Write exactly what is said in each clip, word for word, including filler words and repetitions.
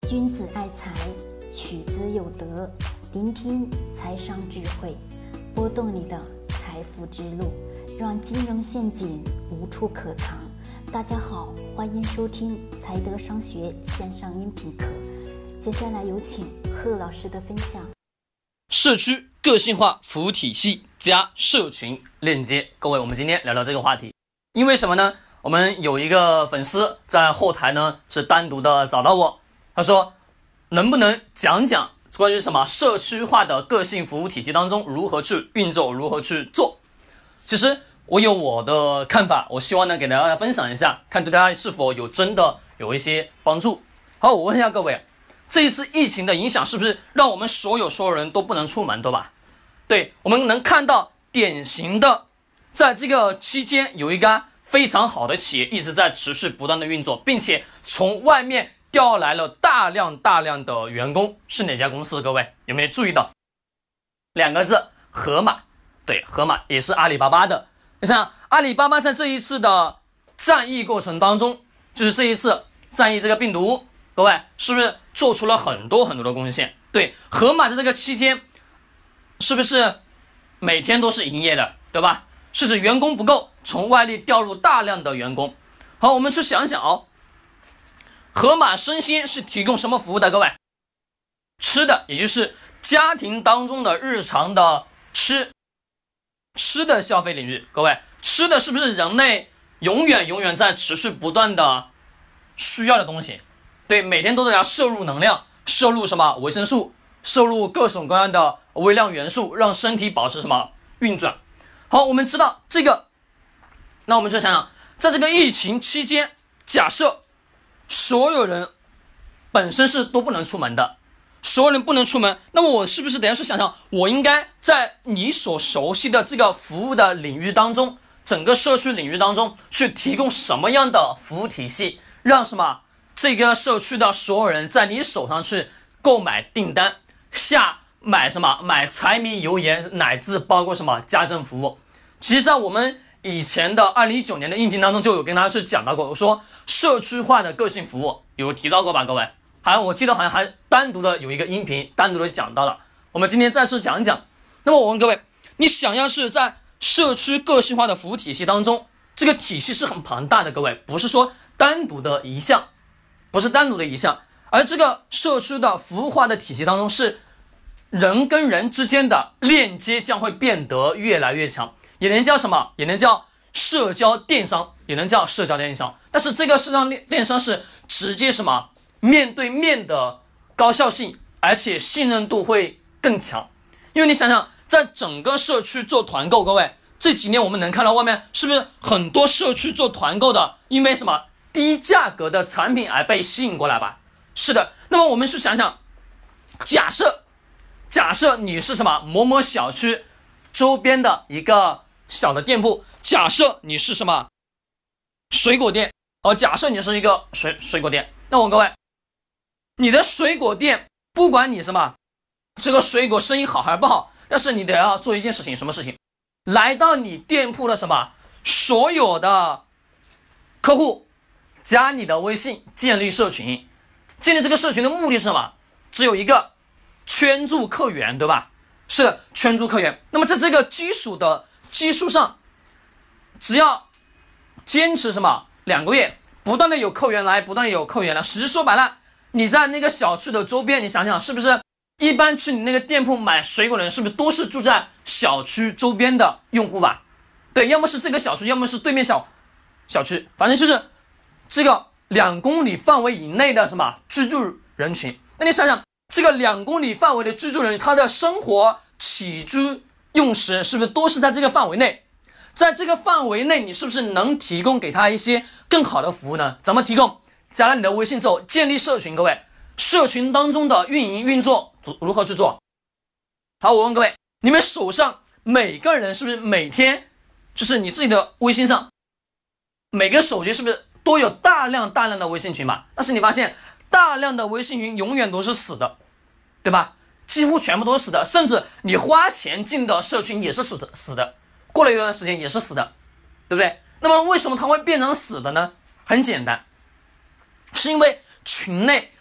君子爱财，取之有德。聆听财商智慧，拨动你的财富之路，让金融陷阱无处可藏。大家好，欢迎收听财德商学线上音频课。接下来有请贺老师的分享。 社区个性化服务体系加社群链接。各位，我们今天聊聊这个话题，因为什么呢？我们有一个粉丝在后台呢是单独的找到我，他说能不能讲讲关于什么社区化的个性服务体系当中如何去运作，如何去做。其实我有我的看法，我希望呢给大家分享一下，看对大家是否有真的有一些帮助。好，我问一下各位，这一次疫情的影响是不是让我们所有所有人都不能出门，对吧？对，我们能看到典型的在这个期间有一家非常好的企业一直在持续不断的运作，并且从外面调来了大量大量的员工，是哪家公司？各位有没有注意到？两个字，盒马。对，盒马也是阿里巴巴的。你想阿里巴巴在这一次的战役过程当中，就是这一次战役这个病毒，各位是不是做出了很多很多的贡献？对，盒马在这个期间是不是每天都是营业的，对吧？是指员工不够，从外力调入大量的员工。好，我们去想想哦，盒马生鲜是提供什么服务的？各位，吃的，也就是家庭当中的日常的吃吃的消费领域。各位，吃的是不是人类永远永远在持续不断的需要的东西？对，每天都在要摄入能量，摄入什么维生素，摄入各种各样的微量元素，让身体保持什么运转。好，我们知道这个，那我们就想想，在这个疫情期间，假设所有人本身是都不能出门的，所有人不能出门，那么我是不是等下去想想，我应该在你所熟悉的这个服务的领域当中，整个社区领域当中去提供什么样的服务体系，让什么这个社区的所有人在你手上去购买订单，下买什么买柴米油盐，乃至包括什么家政服务。其实我们以前的二零一九年的音频当中就有跟大家去讲到过，我说社区化的个性服务有提到过吧，各位？好像我记得好像还单独的有一个音频单独的讲到了，我们今天再次讲一讲。那么我问各位，你想要是在社区个性化的服务体系当中，这个体系是很庞大的，各位，不是说单独的一项，不是单独的一项，而这个社区的服务化的体系当中，是人跟人之间的链接将会变得越来越强，也能叫什么？也能叫社交电商，也能叫社交电商。但是这个社交电商是直接什么？面对面的高效性，而且信任度会更强。因为你想想，在整个社区做团购，各位，这几年我们能看到外面是不是很多社区做团购的，因为什么低价格的产品而被吸引过来吧？是的。那么我们去想想，假设假设你是什么某某小区周边的一个小的店铺，假设你是什么水果店，哦，假设你是一个水水果店，那我各位，你的水果店，不管你什么这个水果生意好还是不好，但是你得要做一件事情，什么事情？来到你店铺的什么所有的客户加你的微信，建立社群。建立这个社群的目的是什么？只有一个，圈住客源，对吧？是圈住客源。那么在这个基础的基数上，只要坚持什么两个月，不断的有客源来，不断的有客源来，其实说白了，你在那个小区的周边，你想想是不是一般去你那个店铺买水果的人，是不是都是住在小区周边的用户吧？对，要么是这个小区，要么是对面小小区，反正就是这个两公里范围以内的什么居住人群。那你想想，这个两公里范围的居住人群，他的生活起居用食是不是都是在这个范围内？在这个范围内，你是不是能提供给他一些更好的服务呢？怎么提供？加了你的微信之后，建立社群。各位，社群当中的运营运作如何去做？好，我问各位，你们手上每个人是不是每天就是你自己的微信上，每个手机是不是都有大量大量的微信群嘛？但是你发现大量的微信群永远都是死的，对吧？几乎全部都是死的，甚至你花钱进的社群也是死的，死的，过了一段时间也是死的，对不对？那么为什么它会变成死的呢？很简单，是因为群内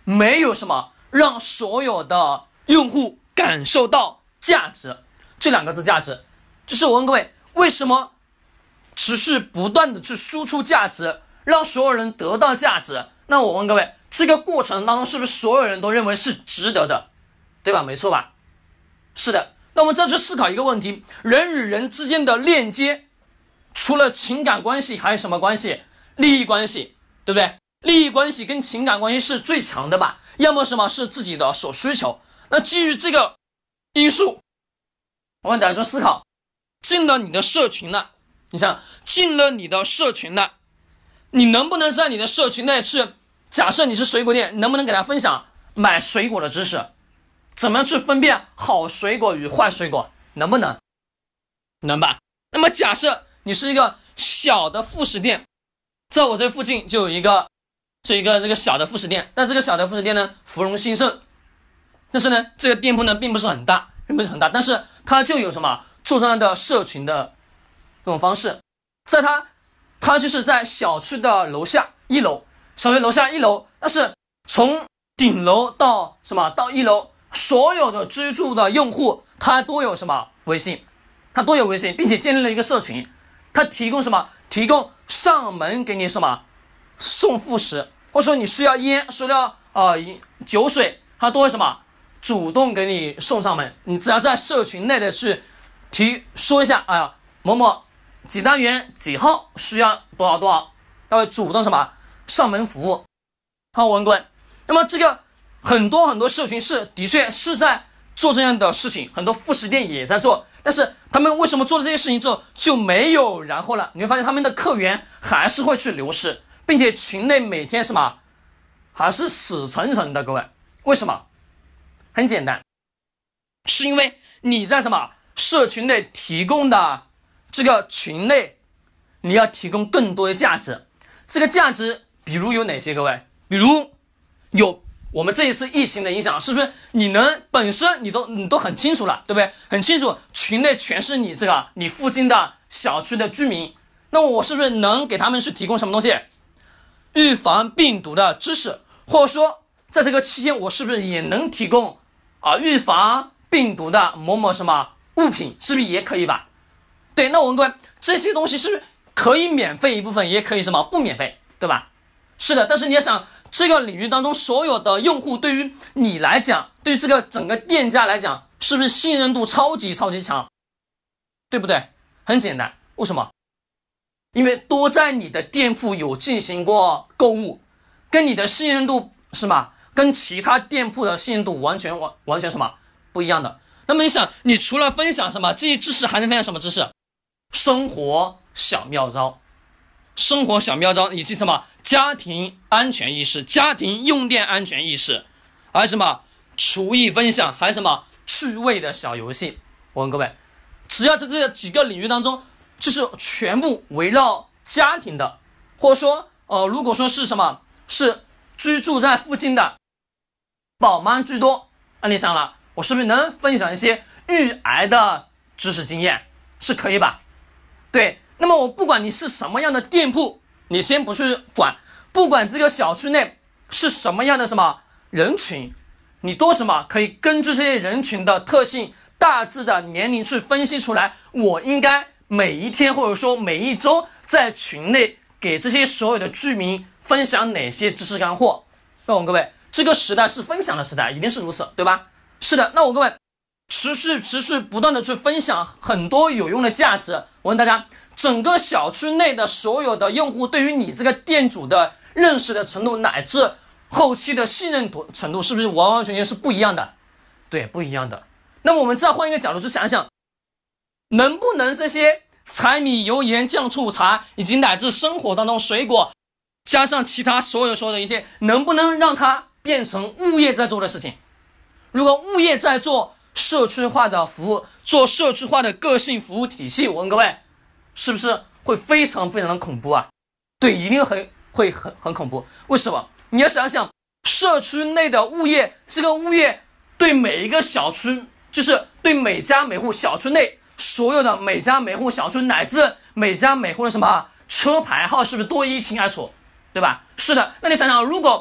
没有什么让所有的用户感受到价值。这两个字价值，就是我问各位，为什么持续不断的去输出价值，让所有人得到价值？那我问各位，这个过程当中是不是所有人都认为是值得的，对吧？没错吧？是的。那我们再去思考一个问题，人与人之间的链接，除了情感关系还有什么关系？利益关系，对不对？利益关系跟情感关系是最强的吧？要么什么是自己的所需求。那基于这个因素，我们大家去思考，进了你的社群了，你想进了你的社群了，你能不能在你的社群内去，假设你是水果店，能不能给他分享买水果的知识？怎么样去分辨好水果与坏水果？能不能？能吧。那么假设你是一个小的副食店，在我这附近就有一个是一个这个小的副食店，但这个小的副食店呢芙蓉兴盛，但是呢这个店铺呢并不是很大，并不是很大，但是它就有什么做这样的社群的这种方式，在它它就是在小区的楼下一楼，小区楼下一楼，但是从顶楼到什么到一楼，所有的居住的用户他都有什么微信，他都有微信，并且建立了一个社群，他提供什么？提供上门给你什么送副食，或者说你需要烟，需要呃酒水，他都会什么主动给你送上门。你只要在社群内的去提说一下，哎呀某某几单元几号需要多少多少，他会主动什么上门服务。好，文棍。那么这个很多很多社群是的确是在做这样的事情，很多副食店也在做，但是他们为什么做了这些事情之后就没有然后了？你会发现他们的客源还是会去流失，并且群内每天什么还是死沉沉的。各位，为什么？很简单，是因为你在什么社群内提供的这个群内，你要提供更多的价值。这个价值比如有哪些？各位，比如有我们这一次疫情的影响，是不是你能本身你都你都很清楚了，对不对？很清楚群内全是你这个你附近的小区的居民，那我是不是能给他们去提供什么东西？预防病毒的知识，或者说在这个期间我是不是也能提供啊预防病毒的某某什么物品？是不是也可以吧？对，那我们各位这些东西是不是可以免费一部分，也可以什么不免费，对吧？是的，但是你要想这个领域当中所有的用户对于你来讲，对于这个整个店家来讲，是不是信任度超级超级强？对不对？很简单，为什么？因为多在你的店铺有进行过购物，跟你的信任度是吗？跟其他店铺的信任度完全完完全什么不一样的。那么你想，你除了分享什么这些知识，还能分享什么知识？生活小妙招，生活小妙招以及什么家庭安全意识、家庭用电安全意识，还有什么厨艺分享，还有什么趣味的小游戏。我问各位，只要在这几个领域当中，就是全部围绕家庭的，或者说呃，如果说是什么是居住在附近的宝妈居多，那你想了，我是不是能分享一些育儿的知识经验？是可以吧？对，那么我不管你是什么样的店铺，你先不去管，不管这个小区内是什么样的什么人群，你都什么可以根据这些人群的特性，大致的年龄去分析出来，我应该每一天或者说每一周在群内给这些所有的居民分享哪些知识干货。那我各位，这个时代是分享的时代，一定是如此，对吧？是的，那我各位持续持续不断的去分享很多有用的价值。我问大家，整个小区内的所有的用户对于你这个店主的认识的程度，乃至后期的信任度程度，是不是完完全全是不一样的？对，不一样的。那么我们再换一个角度去想想，能不能这些柴米油盐酱醋茶，以及乃至生活当中水果，加上其他所有所有的一些，能不能让它变成物业在做的事情？如果物业在做社区化的服务，做社区化的个性服务体系，我问各位，是不是会非常非常的恐怖啊？对，一定很会很很恐怖。为什么？你要想想，社区内的物业，这个物业对每一个小区，就是对每家每户小区内所有的每家每户小区，乃至每家每户的什么车牌号，是不是都一清二楚？对吧？是的。那你想想，如果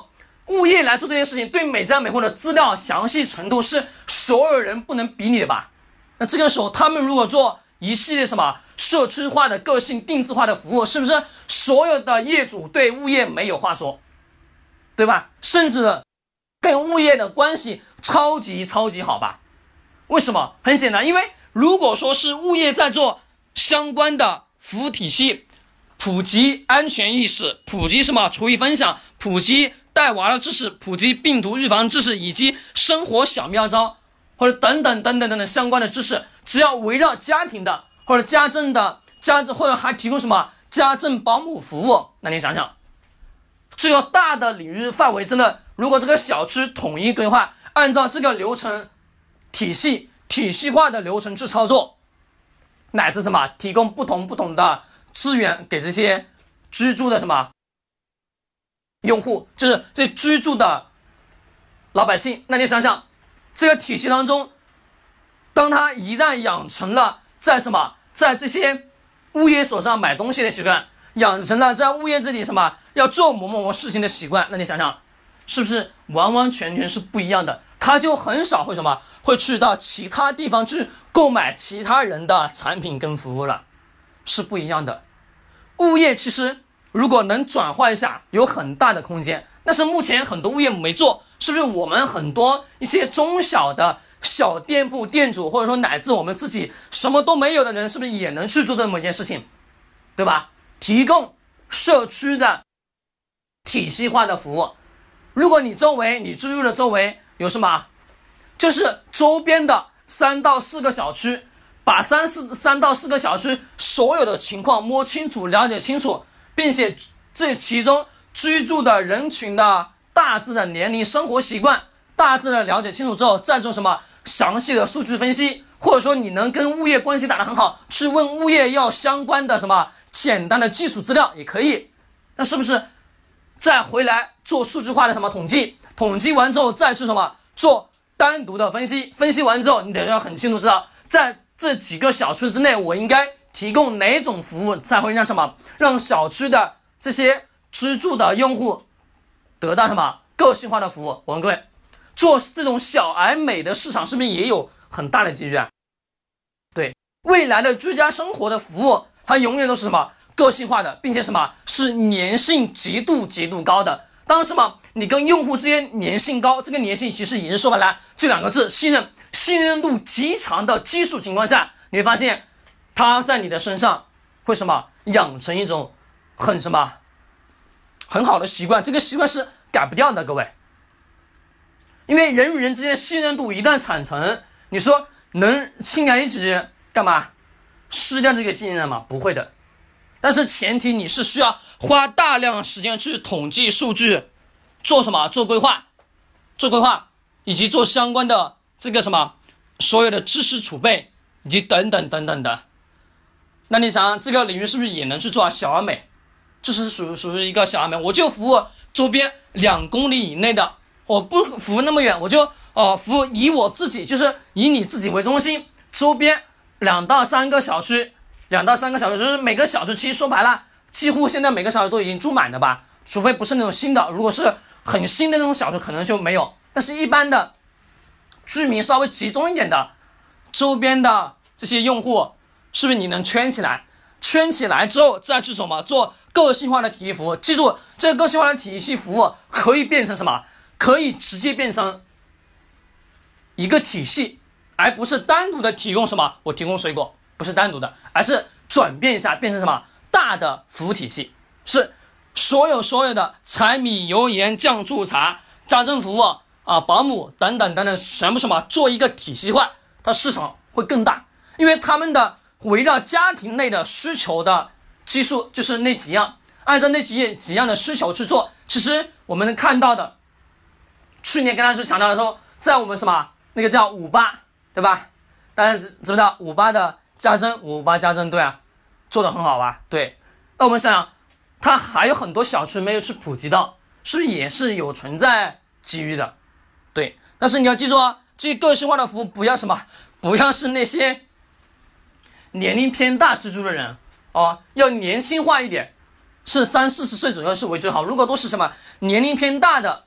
物业来做这件事情，对每家每户的资料详细程度是所有人不能比拟的吧？那这个时候，他们如果做一系列什么社区化的、个性定制化的服务，是不是所有的业主对物业没有话说，对吧？甚至跟物业的关系超级超级好吧？为什么？很简单，因为如果说是物业在做相关的服务体系，普及安全意识，普及什么厨艺分享，普及带娃的知识，普及病毒预防知识，以及生活小妙招，或者等等等等等等相关的知识，只要围绕家庭的或者家政的家政，或者还提供什么家政保姆服务，那你想想，这个大的领域范围真的，如果这个小区统一规划，按照这个流程体系体系化的流程去操作，乃至什么提供不同不同的资源给这些居住的什么用户，就是这居住的老百姓，那你想想这个体系当中，当他一旦养成了在什么在这些物业手上买东西的习惯，养成了在物业这里什么要做某某某事情的习惯，那你想想是不是完完全全是不一样的？他就很少会什么会去到其他地方去购买其他人的产品跟服务了，是不一样的。物业其实如果能转化一下，有很大的空间，但是目前很多物业没做，是不是我们很多一些中小的小店铺店主，或者说乃至我们自己什么都没有的人，是不是也能去做这么一件事情，对吧？提供社区的体系化的服务。如果你周围你居住的周围有什么，就是周边的三到四个小区，把三四三到四个小区所有的情况摸清楚、了解清楚，并且这其中居住的人群的大致的年龄、生活习惯大致的了解清楚之后，再做什么详细的数据分析，或者说你能跟物业关系打得很好，去问物业要相关的什么简单的技术资料也可以。那是不是再回来做数据化的什么统计，统计完之后再去什么做单独的分析，分析完之后你得要很清楚知道，在这几个小区之内我应该提供哪种服务，才会让什么让小区的这些居住的用户得到什么个性化的服务。我问各位，做这种小而美的市场是不是也有很大的机遇啊？对，未来的居家生活的服务它永远都是什么个性化的，并且什么是粘性极度极度高的。当什么你跟用户之间粘性高，这个粘性其实也是说白了这两个字，信任，信任度极强的基础情况下，你会发现他在你的身上会什么养成一种很什么很好的习惯，这个习惯是改不掉的，各位。因为人与人之间信任度一旦产生，你说能心感一起干嘛失掉这个信任吗？不会的。但是前提你是需要花大量时间去统计数据，做什么做规划做规划以及做相关的这个什么所有的知识储备以及等等等等的。那你想这个领域是不是也能去做小而美？这是属于属于一个小而美，我就服务周边两公里以内的，我不服务那么远，我就呃服务以我自己，就是以你自己为中心，周边两到三个小区，两到三个小区，就是每个小区其实说白了，几乎现在每个小区都已经住满的吧，除非不是那种新的，如果是很新的那种小区可能就没有，但是一般的居民稍微集中一点的周边的这些用户，是不是你能圈起来？圈起来之后再去什么做个性化的体系服务？记住，这个个性化的体系服务可以变成什么？可以直接变成一个体系，而不是单独的提供什么我提供水果，不是单独的，而是转变一下变成什么大的服务体系，是所有所有的柴米油盐酱醋茶、家政服务啊、保姆等等等等，全部什么做一个体系化，它市场会更大，因为他们的围绕家庭内的需求的基数就是那几样，按照那几几样的需求去做。其实我们能看到的，去年跟大家强调的时候，在我们什么那个叫五八，对吧？大家知不知道五八的家政，五八家政，对啊，做得很好吧？对。那我们想想，它还有很多小区没有去普及到，是不是也是有存在机遇的？对。但是你要记住啊，这个性化的服务不要什么，不要是那些年龄偏大居住的人哦，要年轻化一点，是三四十岁左右是为最好。如果都是什么年龄偏大的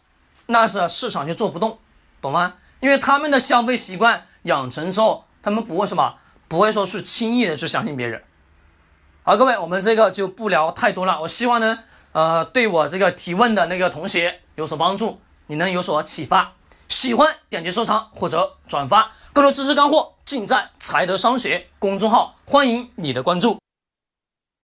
那是市场就做不动，懂吗？因为他们的消费习惯养成之后，他们不会什么，不会说去轻易的去相信别人。好，各位，我们这个就不聊太多了。我希望呢，呃，对我这个提问的那个同学有所帮助，你能有所启发。喜欢点击收藏或者转发，更多知识干货尽在财德商学公众号，欢迎你的关注。